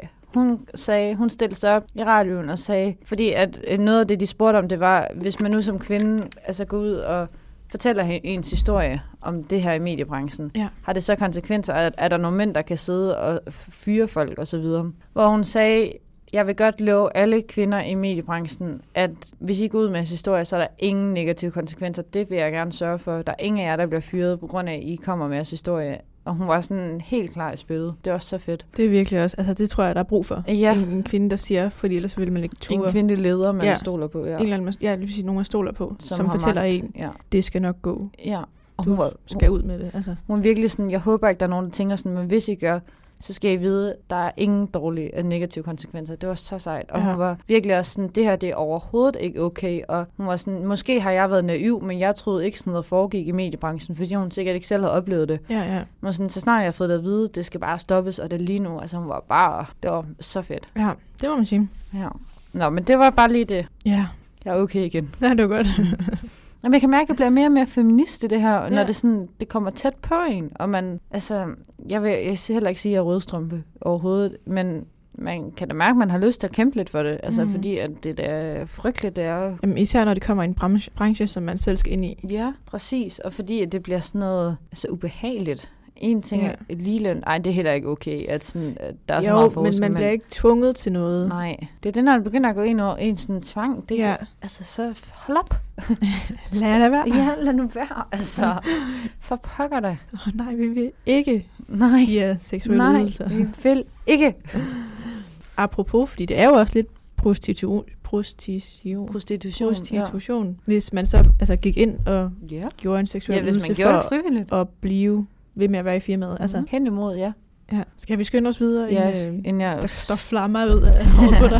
Hun stillede sig op i radioen og sagde, fordi at noget af det, de spurgte om, det var, hvis man nu som kvinde altså går ud og fortæller ens historie om det her i mediebranchen, har det så konsekvenser, at der nogle mænd, der kan sidde og fyre folk osv. Hvor hun sagde, jeg vil godt love alle kvinder i mediebranchen, at hvis I går ud med jeres historie, så er der ingen negative konsekvenser. Det vil jeg gerne sørge for. Der er ingen af jer, der bliver fyret på grund af, at I kommer med jeres historie. Og hun var sådan helt klar i spillet. Det var også så fedt. Det er virkelig også. Altså, det tror jeg, der er brug for. Ja. En kvinde, der siger, fordi ellers vil man ikke ture. En kvindelig leder, man stoler på. Ja. En eller anden, lige nogen, man stoler på, som fortæller en, det skal nok gå. Ja. Og hun skal ud med det. Altså. Hun virkelig sådan, jeg håber ikke, der er nogen, der tænker sådan, men hvis I gør, så skal I vide, der er ingen dårlige negative konsekvenser. Det var så sejt. Og hun var virkelig også sådan, det her det er overhovedet ikke okay. Og hun var sådan, måske har jeg været naiv, men jeg troede ikke sådan noget foregik i mediebranchen, fordi hun sikkert ikke selv havde oplevet det. Ja. Men sådan, så snart jeg har fået det at vide, det skal bare stoppes, og det lige nu, altså hun var bare, det var så fedt. Ja, det må man sige. Ja. Nå, men det var bare lige det. Ja. Jeg er okay igen. Ja, det var godt. Men jeg kan mærke, at jeg bliver mere og mere feminist i det her, når det, sådan, det kommer tæt på en. Og man, altså, jeg skal heller ikke sige, at jeg er rødstrømpe overhovedet, men man kan da mærke, at man har lyst til at kæmpe lidt for det. Altså, fordi at det er frygteligt, det er. Jamen, især når det kommer i en branche, som man selv skal ind i. Ja, præcis. Og fordi at det bliver sådan noget ubehageligt. En ting er ligeløn. Ej, det er heller ikke okay, at, sådan, at der er så meget forskel. Men man bliver ikke tvunget til noget. Nej, det er det, når det begynder at gå ind over en sådan tvang. Det, altså, så hold op. Lad det være. Ja, lad nu være. Altså, for pokker dig. Nej, vi vil ikke give seksuelle ydelser. Nej, vi vil ikke. Apropos, fordi det er jo også lidt prostitution. Hvis man så gik ind og gjorde en seksuel ydelse for at blive ved med at være i firmaet. Altså. Hen imod, ja. Skal vi skynde os videre, inden jeg der står flammer ud af hovedet på dig?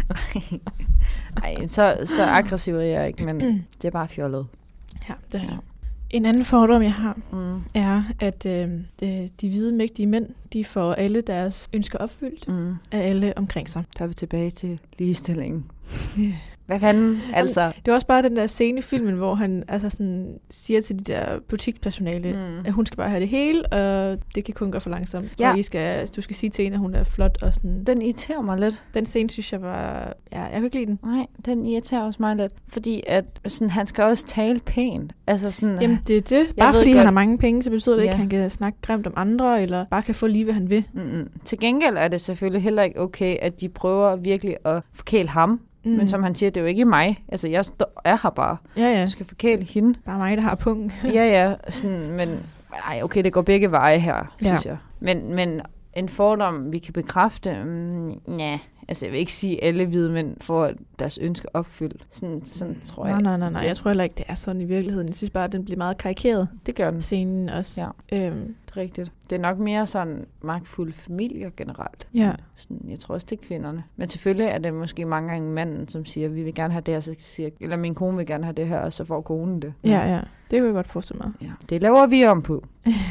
Nej, så aggressiv er jeg ikke, men det er bare fjollet. Ja, det er En anden fordom, jeg har, er, at de hvide, mægtige mænd, de får alle deres ønsker opfyldt af alle omkring sig. Der er vi tilbage til ligestillingen. Hvad fanden, altså? Det er også bare den der scene i filmen, hvor han altså sådan, siger til de der butikspersonale, at hun skal bare have det hele, og det kan kun gå for langsomt. Ja. Og du skal sige til hende, at hun er flot. Og sådan. Den irriterer mig lidt. Den scene synes jeg var... Ja, jeg kan ikke lide den. Nej, den irriterer også mig lidt. Fordi at, sådan, han skal også tale pænt. Altså sådan, jamen, det er det. Bare fordi han har mange penge, så betyder det ikke, at han kan snakke grimt om andre, eller bare kan få lige, hvad han vil. Til gengæld er det selvfølgelig heller ikke okay, at de prøver virkelig at forkæle ham. Men som han siger, det er jo ikke mig. Altså, jeg er her bare. Ja. Du skal forkæle hende. Bare mig, der har pungen. ja. Sådan, men ej, okay, det går begge veje her, synes jeg. Men en fordom, vi kan bekræfte, altså jeg vil ikke sige, at alle hvide mænd får deres ønsker opfyldt. Sådan tror jeg. Nej. Jeg tror heller ikke, det er sådan i virkeligheden. Jeg synes bare, at den bliver meget karikeret. Det gør den. Scenen også. Ja, det er rigtigt. Det er nok mere sådan magtfulde familier generelt. Ja. Sådan, jeg tror også, det er kvinderne. Men selvfølgelig er det måske mange gange manden, som siger, vi vil gerne have det her, så siger, eller min kone vil gerne have det her, og så får konen det. Ja. Det kunne jeg godt forestille mig. Ja. Det laver vi om på.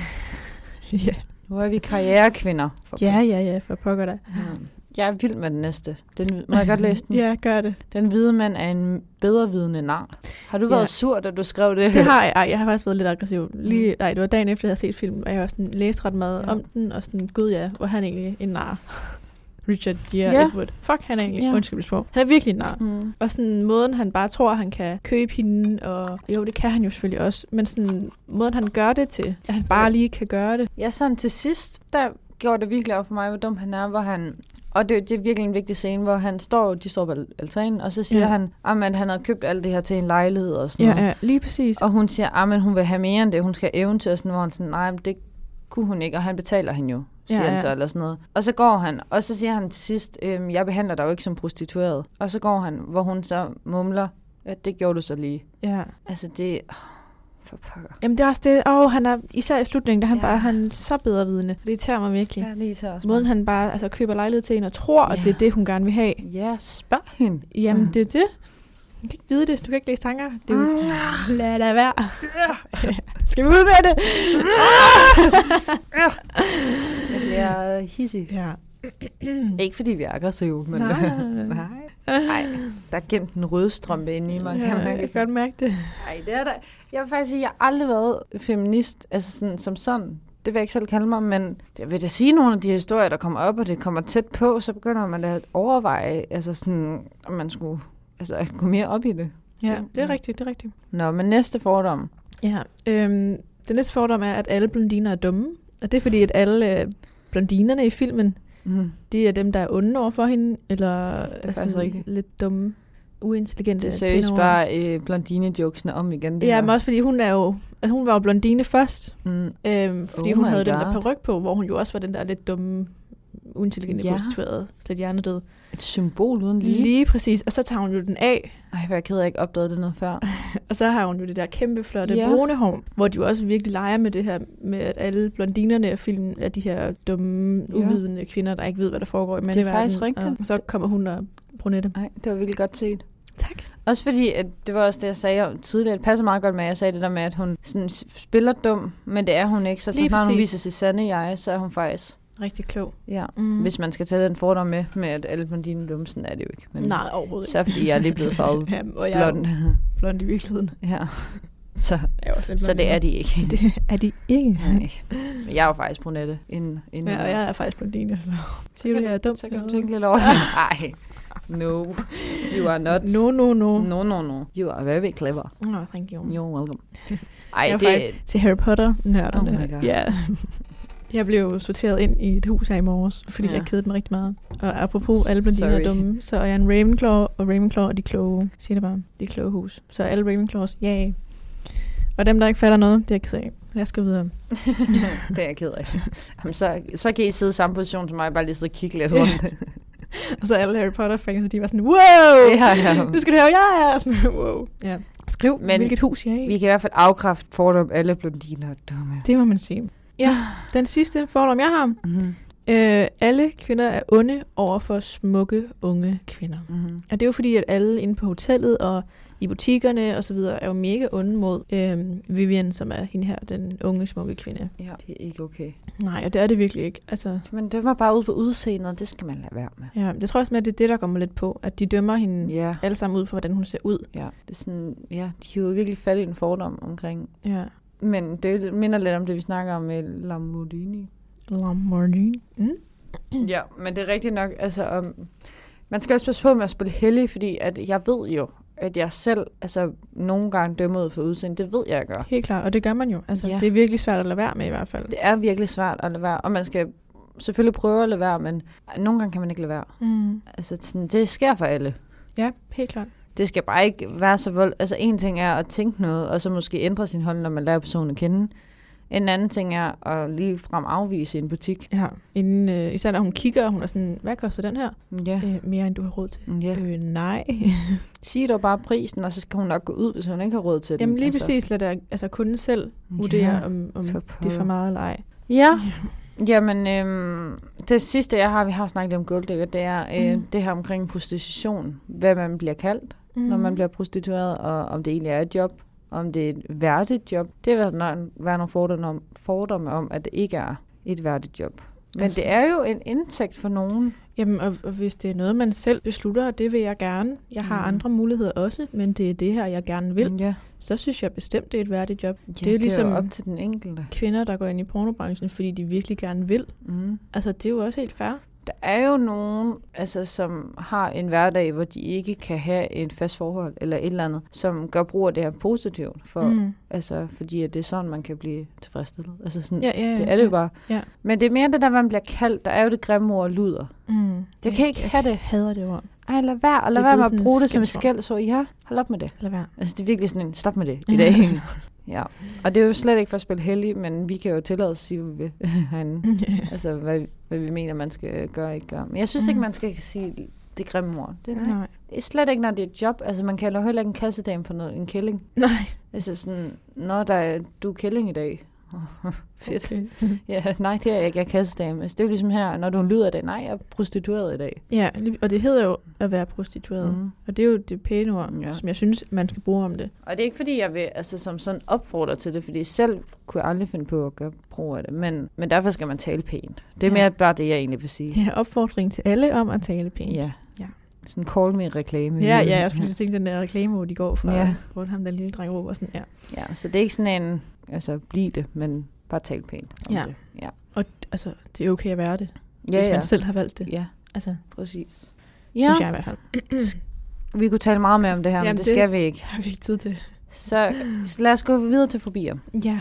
Ja. Nu er vi karrierekvinder. Ja, for pokker dig. Ja. Jeg er vild med den næste. Må jeg godt læse den? Ja, gør det. Den hvide mand er en bedrevidende nar. Har du været sur, da du skrev det? Det har jeg. Ej, jeg har faktisk været lidt aggressiv. Det var dagen efter, jeg havde set filmen, og jeg var sådan læst ret meget om den, og sådan, gud hvor han egentlig en nar. Richard Gere Atwood. Fuck, han er egentlig undskyldningspå. Han er virkelig en nar. Og sådan måden, han bare tror, han kan købe hende, og jo, det kan han jo selvfølgelig også, men sådan måden, han gør det til, at han bare lige kan gøre det. Ja, sådan til sidst, der gjorde det virkelig op for mig, hvor dum han er, hvor han... Og det er virkelig en vigtig scene, hvor de står på altanen, og så siger han, at han har købt alt det her til en lejlighed og sådan noget. Ja, lige præcis. Og hun siger, at hun vil have mere end det, hun skal evne til, og sådan, hvor han sådan, nej, det kunne hun ikke, og han betaler hende jo, siger han så, eller sådan noget. Og så går han, og så siger han til sidst, jeg behandler dig jo ikke som prostitueret. Og så går han, hvor hun så mumler, at det gjorde du så lige. Ja. Altså det... For pokker. Jamen det er også det, han er især i slutningen, der han er så bedrevidende. Det irriterer mig virkelig. Ja, det irriterer også måden han bare køber lejlighed til hende og tror, at det er det, hun gerne vil have. Ja, spørg hende. Jamen det er det. Du kan ikke vide det, du kan ikke læse tanker. Det er jo lad det være. Skal vi ud med det? Jeg bliver hissig. Ja. Ikke fordi vi er aggressive, men... Nej, der er gemt en rødstrømpe inde i mig. Jeg kan godt mærke det. Nej, det er der. Jeg vil faktisk sige, at jeg har aldrig været feminist, altså sådan, som sådan. Det vil jeg ikke selv kalde mig, men jeg vil da sige, nogle af de historier, der kommer op, og det kommer tæt på, så begynder man at overveje, altså sådan, om man skulle gå mere op i det. Ja, det er rigtigt, Nå, men næste fordom. Ja, den næste fordom er, at alle blondiner er dumme. Og det er fordi, at alle blondinerne i filmen, de er dem, der er onde over for hende, eller er sådan lidt dumme, uintelligente. Det er seriøst bare blondine-jokesene om igen. Ja, men også fordi hun var jo blondine først, fordi hun havde den der paryk på, hvor hun jo også var den der lidt dumme, uintelligente prostituerede, slet hjernedød. Et symbol uden lige. Lige præcis. Og så tager hun jo den af. Ej, hvor jeg ked af, ikke opdaget det noget før. Og så har hun jo det der kæmpe flotte brune hår, hvor de jo også virkelig leger med det her, med at alle blondinerne af filmen er de her dumme, uvidende kvinder, der ikke ved, hvad der foregår i mandeverdenen. Det er faktisk rigtigt. Og så kommer hun og brunette. Nej, det var virkelig godt set. Tak. Også fordi, at det var også det, jeg sagde tidligere. Det passer meget godt med, at jeg sagde det der med, at hun sådan spiller dum, men det er hun ikke. Så snart hun viser sit sande jeg, så er hun faktisk rigtig klog. Ja, hvis man skal tage den fordom med at alle blondine dumme, sådan er det jo ikke. Men nej, overhovedet ikke. Så fordi jeg er lige blevet farvet blond. Blond i virkeligheden. Ja. Så det er de ikke. Så det er de ikke. Nej. Jeg er jo faktisk brunette. Ja, og jeg er faktisk blondine. Så siger du, jeg er dum? Så kan du tænke lidt over det. Ej. No, you are not. No. You are very clever. Thank you. You're welcome. Ej, jeg er til Harry Potter-nørderne. Oh my god. Ja. Jeg blev sorteret ind i et hus her i morges, fordi jeg kedede mig rigtig meget. Og apropos alle blondiner er dumme, så er jeg en Ravenclaw, og Ravenclaw er de kloge. Siger det bare. De kloge hus. Så alle Ravenclaws, yay. Og dem, der ikke falder noget, det er jeg ked af. Lad os gå videre. Det er jeg ked af. Jamen, så kan I sidde i samme position som mig, bare lige sidde og kigge lidt rundt. Og så alle Harry Potter-fans, de var sådan, wow! Ja. Nu skal du høre, ja! Wow. Ja. Skriv, hvilket hus jeg er i. Vi kan i hvert fald afkræfte fordom, alle blondiner er dumme. Det må man sige. Ja, den sidste fordom, jeg har. Alle kvinder er onde over for smukke, unge kvinder. Og det er jo fordi, at alle inde på hotellet og i butikkerne og så videre er jo mega onde mod Vivian, som er hende her, den unge, smukke kvinde. Ja, det er ikke okay. Nej, og det er det virkelig ikke. Altså, men det var bare ude på udseendet, og det skal man lade være med. Ja, det tror jeg også med, at det er det, der kommer lidt på. At de dømmer hende alle sammen ud for, hvordan hun ser ud. Ja, det er sådan, de har jo virkelig fat i en fordom omkring. Ja. Men det minder lidt om det, vi snakker om med Lamborghini. Ja, men det er rigtigt nok, altså man skal også passe på med at spille heldig, fordi at jeg ved jo, at jeg selv nogle gange dømmer ud for udseende. Det ved jeg, jeg gør. Helt klart, og det gør man jo. Altså, det er virkelig svært at lade være med i hvert fald. Det er virkelig svært at lade være, og man skal selvfølgelig prøve at lade være, men nogle gange kan man ikke lade være. Altså, sådan, det sker for alle. Ja, helt klart. Det skal bare ikke være så vold. Altså, en ting er at tænke noget, og så måske ændre sin holdning, når man lærer personen at kende. En anden ting er at ligefrem afvise i en butik. Ja, især når hun kigger, og hun er sådan, hvad koster den her? Ja. Mere end du har råd til. Ja. Nej. Sig dog bare prisen, og så skal hun nok gå ud, hvis hun ikke har råd til den. Jamen lige præcis, lad der kunden selv vurdere, om det er for meget eller ej. Ja. Jamen, det sidste, vi har snakket om golddigger, det er det her omkring prostitution. Hvad man bliver kaldt, når man bliver prostitueret, og om det egentlig er et job. Om det er et værdigt job. Det vil være nogle fordomme om, at det ikke er et værdigt job. Men det er jo en indtægt for nogen. Jamen, og hvis det er noget, man selv beslutter, det vil jeg gerne. Jeg har andre muligheder også, men det er det her, jeg gerne vil. Så synes jeg bestemt, det er et værdigt job. Ja, det er ligesom op til den enkelte. Kvinder, der går ind i pornobranchen, fordi de virkelig gerne vil. Altså, det er jo også helt fair. Der er jo nogen, som har en hverdag, hvor de ikke kan have et fast forhold eller et eller andet, som gør brug af det her positivt, fordi at det er sådan, man kan blive tilfredsstillet. Altså sådan, det er det jo bare. Ja. Men det er mere det, der man bliver kaldt. Der er jo det grimme ord luder. Jeg kan ikke have det. Jeg hader det ord. Ej, lad være med at bruge det som et skældsord. Ja, hold op med det. Lad være. Altså, det er virkelig sådan en, stop med det i dag. Ja, og det er jo slet ikke for at spille heldig, men vi kan jo tillade os at sige, hvad vi vil herinde. Altså, hvad vi mener, man skal gøre og ikke gøre. Men jeg synes ikke, man skal sige det grimme ord. Det er slet ikke, når det er et job. Altså, man kalder heller ikke en kassedame for en kælling. Nej. Altså sådan, du er kælling i dag. Fedt. Okay. Ja, nej, det er jeg ikke. Jeg er kassedame. Altså, det er jo ligesom her, når du lyder af det. Nej, jeg er prostitueret i dag. Ja, og det hedder jo at være prostitueret. Og det er jo det pæne ord, som jeg synes, man skal bruge om det. Og det er ikke, fordi jeg vil som sådan opfordre til det, fordi selv kunne jeg aldrig finde på at gøre brug af det. Men derfor skal man tale pænt. Det er mere bare det, jeg egentlig vil sige. Ja, opfordring til alle om at tale pænt. Ja. Sådan call me reklame. Ja, jeg skulle tænke den der reklame, hvor de går fra ham, der lille dreng råber sådan, Ja, så det er ikke sådan en, bliv det, men bare tale pænt om det. Ja. Og det er okay at være det, hvis man selv har valgt det. Ja, altså, præcis. Synes jeg i hvert fald. Vi kunne tale meget mere om det her, men det skal vi ikke. Har vi ikke tid til. Så lad os gå videre til fobier. Ja.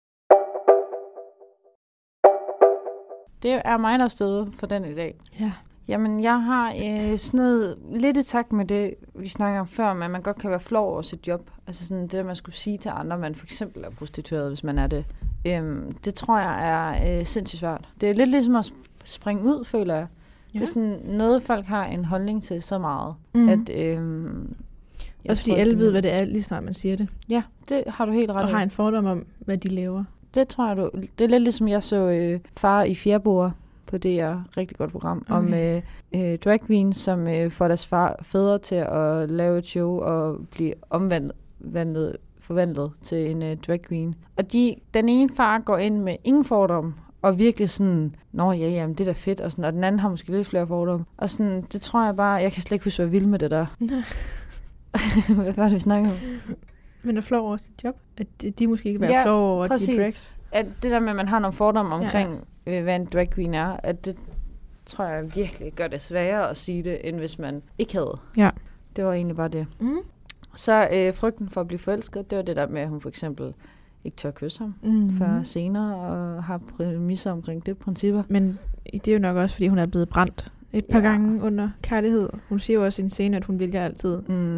Det er mig, der stod for den i dag. Ja. Jamen, jeg har sådan lidt i takt med det, vi snakker om før, men man godt kan være flov over sit job. Altså sådan det, man skulle sige til andre, man for eksempel er prostitueret, hvis man er det. Det tror jeg er sindssygt svært. Det er lidt ligesom at springe ud, føler jeg. Ja. Det er sådan noget, folk har en holdning til så meget. At, også fordi alle ved, hvad det er, lige snart man siger det. Ja, det har du helt ret i. Og har en fordom om, hvad de laver. Det tror jeg, det er lidt ligesom, jeg så Far i Fjerboer på det her rigtig godt program, om drag queens, som får deres fædre til at lave et show og blive forvandlet til en drag queen. Og den ene far går ind med ingen fordom, og virkelig sådan, jamen, det er da fedt, og sådan, og den anden har måske lidt flere fordomme. Og sådan, det tror jeg bare, jeg kan slet ikke huske, hvad jeg vil med det der. Hvad var det, vi snakkede om? Men er flov over sit job? At de måske ikke være flov over de drags? At det der med, at man har nogle fordomme omkring, hvad en drag queen er, at det tror jeg virkelig gør det sværere at sige det, end hvis man ikke havde. Ja. Det var egentlig bare det. Så frygten for at blive forelsket, det var det der med, at hun for eksempel ikke tør kysse ham før senere, og har præmisser omkring det principper. Men det er jo nok også, fordi hun er blevet brændt et par gange under kærlighed. Hun siger jo også i en scene, at hun vælger altid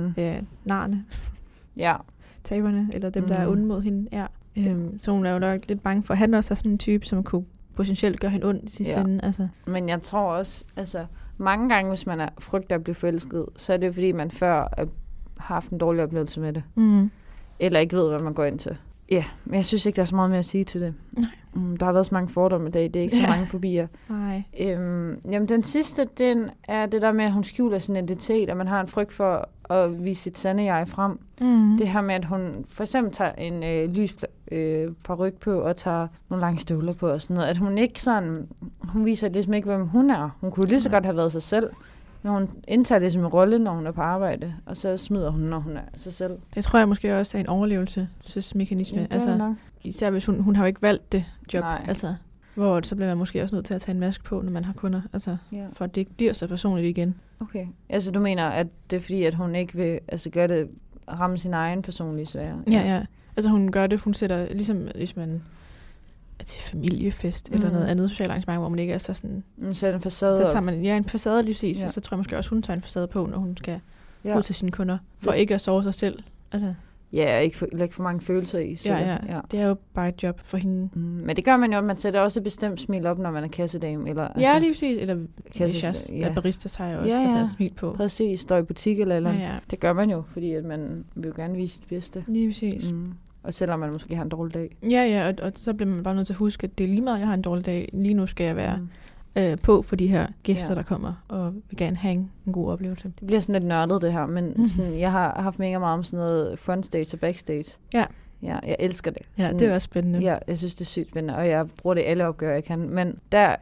narne. Ja. Taberne, eller dem, der er onde mod hende. Ja. Så hun er jo nok lidt bange for, at han også er sådan en type, som kunne potentielt gøre hende ondt i sidste ende. Altså. Men jeg tror også, altså mange gange, hvis man er frygter at blive forelsket, så er det jo fordi, man før har haft en dårlig oplevelse med det. Eller ikke ved, hvad man går ind til. Ja, men jeg synes ikke, der er så meget mere at sige til det. Der har været så mange fordomme i dag. Det er ikke så mange fobier. Nej. Jamen, den sidste, den er det der med, at hun skjuler sin identitet, og man har en frygt for at vise sit sande jeg frem. Det her med, at hun for eksempel tager en lys paryk på, og tager nogle lange støvler på, og sådan noget. At hun ikke sådan, hun viser ligesom ikke, hvem hun er. Hun kunne lige så godt have været sig selv. Men hun indtager det som en rolle, når hun er på arbejde, og så smider hun, når hun er sig selv. Det tror jeg måske også er en overlevelsesmekanisme. Ja, altså, især hvis hun har jo ikke valgt det job. Altså, hvor så bliver man måske også nødt til at tage en maske på, når man har kunder. Altså, for at det ikke bliver så personligt igen. Okay. Altså du mener, at det er fordi, at hun ikke vil gøre det, ramme sin egen personlige sfære? Ja. Altså hun gør det, hun sætter, ligesom hvis man til familiefest eller noget andet socialt arrangement, hvor man ikke er så sådan. Så en facade. Så tager man en facade lige præcis, og så tror jeg måske også, hun tager en facade på, når hun skal ud til sine kunder, for ikke at sove sig selv. Altså. Ja, og ikke for mange følelser i. Ja. Det er jo bare et job for hende. Men det gør man jo, man sætter også et bestemt smil op, når man er kassedame. Eller, ja, lige præcis. Eller barista har jeg også et smil på. Præcis, står i butik eller. Det gør man jo, fordi at man vil jo gerne vise sit bedste. Lige præcis. Og selvom man måske har en dårlig dag. Ja, og så bliver man bare nødt til at huske, at det er lige meget, jeg har en dårlig dag. Lige nu skal jeg være på for de her gæster, der kommer, og vil gerne have en god oplevelse. Det bliver sådan lidt nørdet, det her, men sådan, jeg har haft mega meget om sådan noget frontstage og backstage. Ja, jeg elsker det. Ja, sådan, det er også spændende. Ja, jeg synes, det er sygt spændende, og jeg bruger det i alle opgaver, jeg kan. Men der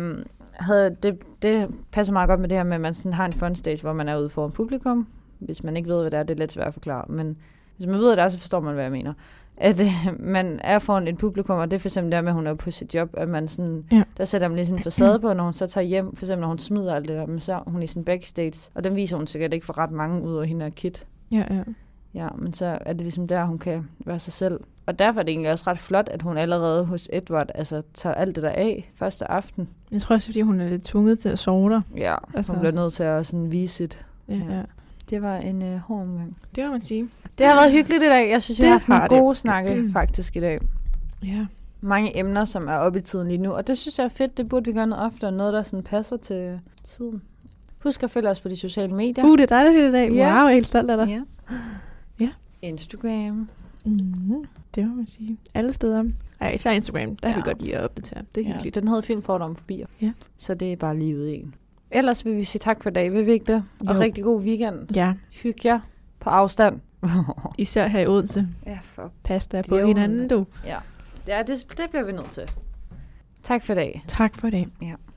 det passer meget godt med det her med, at man sådan har en frontstage, hvor man er ude foran publikum. Hvis man ikke ved, hvad det er, det er lidt svært at forklare. Men hvis man ved, hvad det er, så forstår man, hvad jeg mener. At man er foran et publikum, og det er for eksempel der med, at hun er på sit job, at man sådan, der sætter man lige sådan en facade på, når hun så tager hjem, for eksempel når hun smider alt det der, men så er hun i sin backstage, og den viser hun sikkert ikke for ret mange ud over hende og Kit. Ja, men så er det ligesom der, hun kan være sig selv. Og derfor er det egentlig også ret flot, at hun allerede hos Edward tager alt det der af første aften. Jeg tror også, fordi hun er lidt tvunget til at sove der. Ja, altså. Hun bliver nødt til at sådan vise sit. Ja. Det var en hård omgang. Det må man sige. Det har været hyggeligt i dag. Jeg synes, vi har haft nogle gode snakke faktisk i dag. Ja. Mange emner, som er oppe i tiden lige nu. Og det synes jeg er fedt. Det burde vi gøre noget oftere. Noget, der sådan passer til tiden. Husk at følge os på de sociale medier. Det er dejligt i dag. Wow, jeg er helt stolt af dig. Ja. Instagram. Det må man sige. Alle steder. Ej, især Instagram. Der kan vi godt lide at opdatere. Det er hyggeligt. Den hedder Filmfordom forbi. Ja. Så det er bare lige ude en. Ellers vil vi sige tak for i dag, vil vi ikke det? Og rigtig god weekend. Ja. Hygge jer på afstand. Især her i Odense. Ja, for pas der på hinanden, du. Ja, det bliver vi nødt til. Tak for i dag. Tak for i dag. Ja.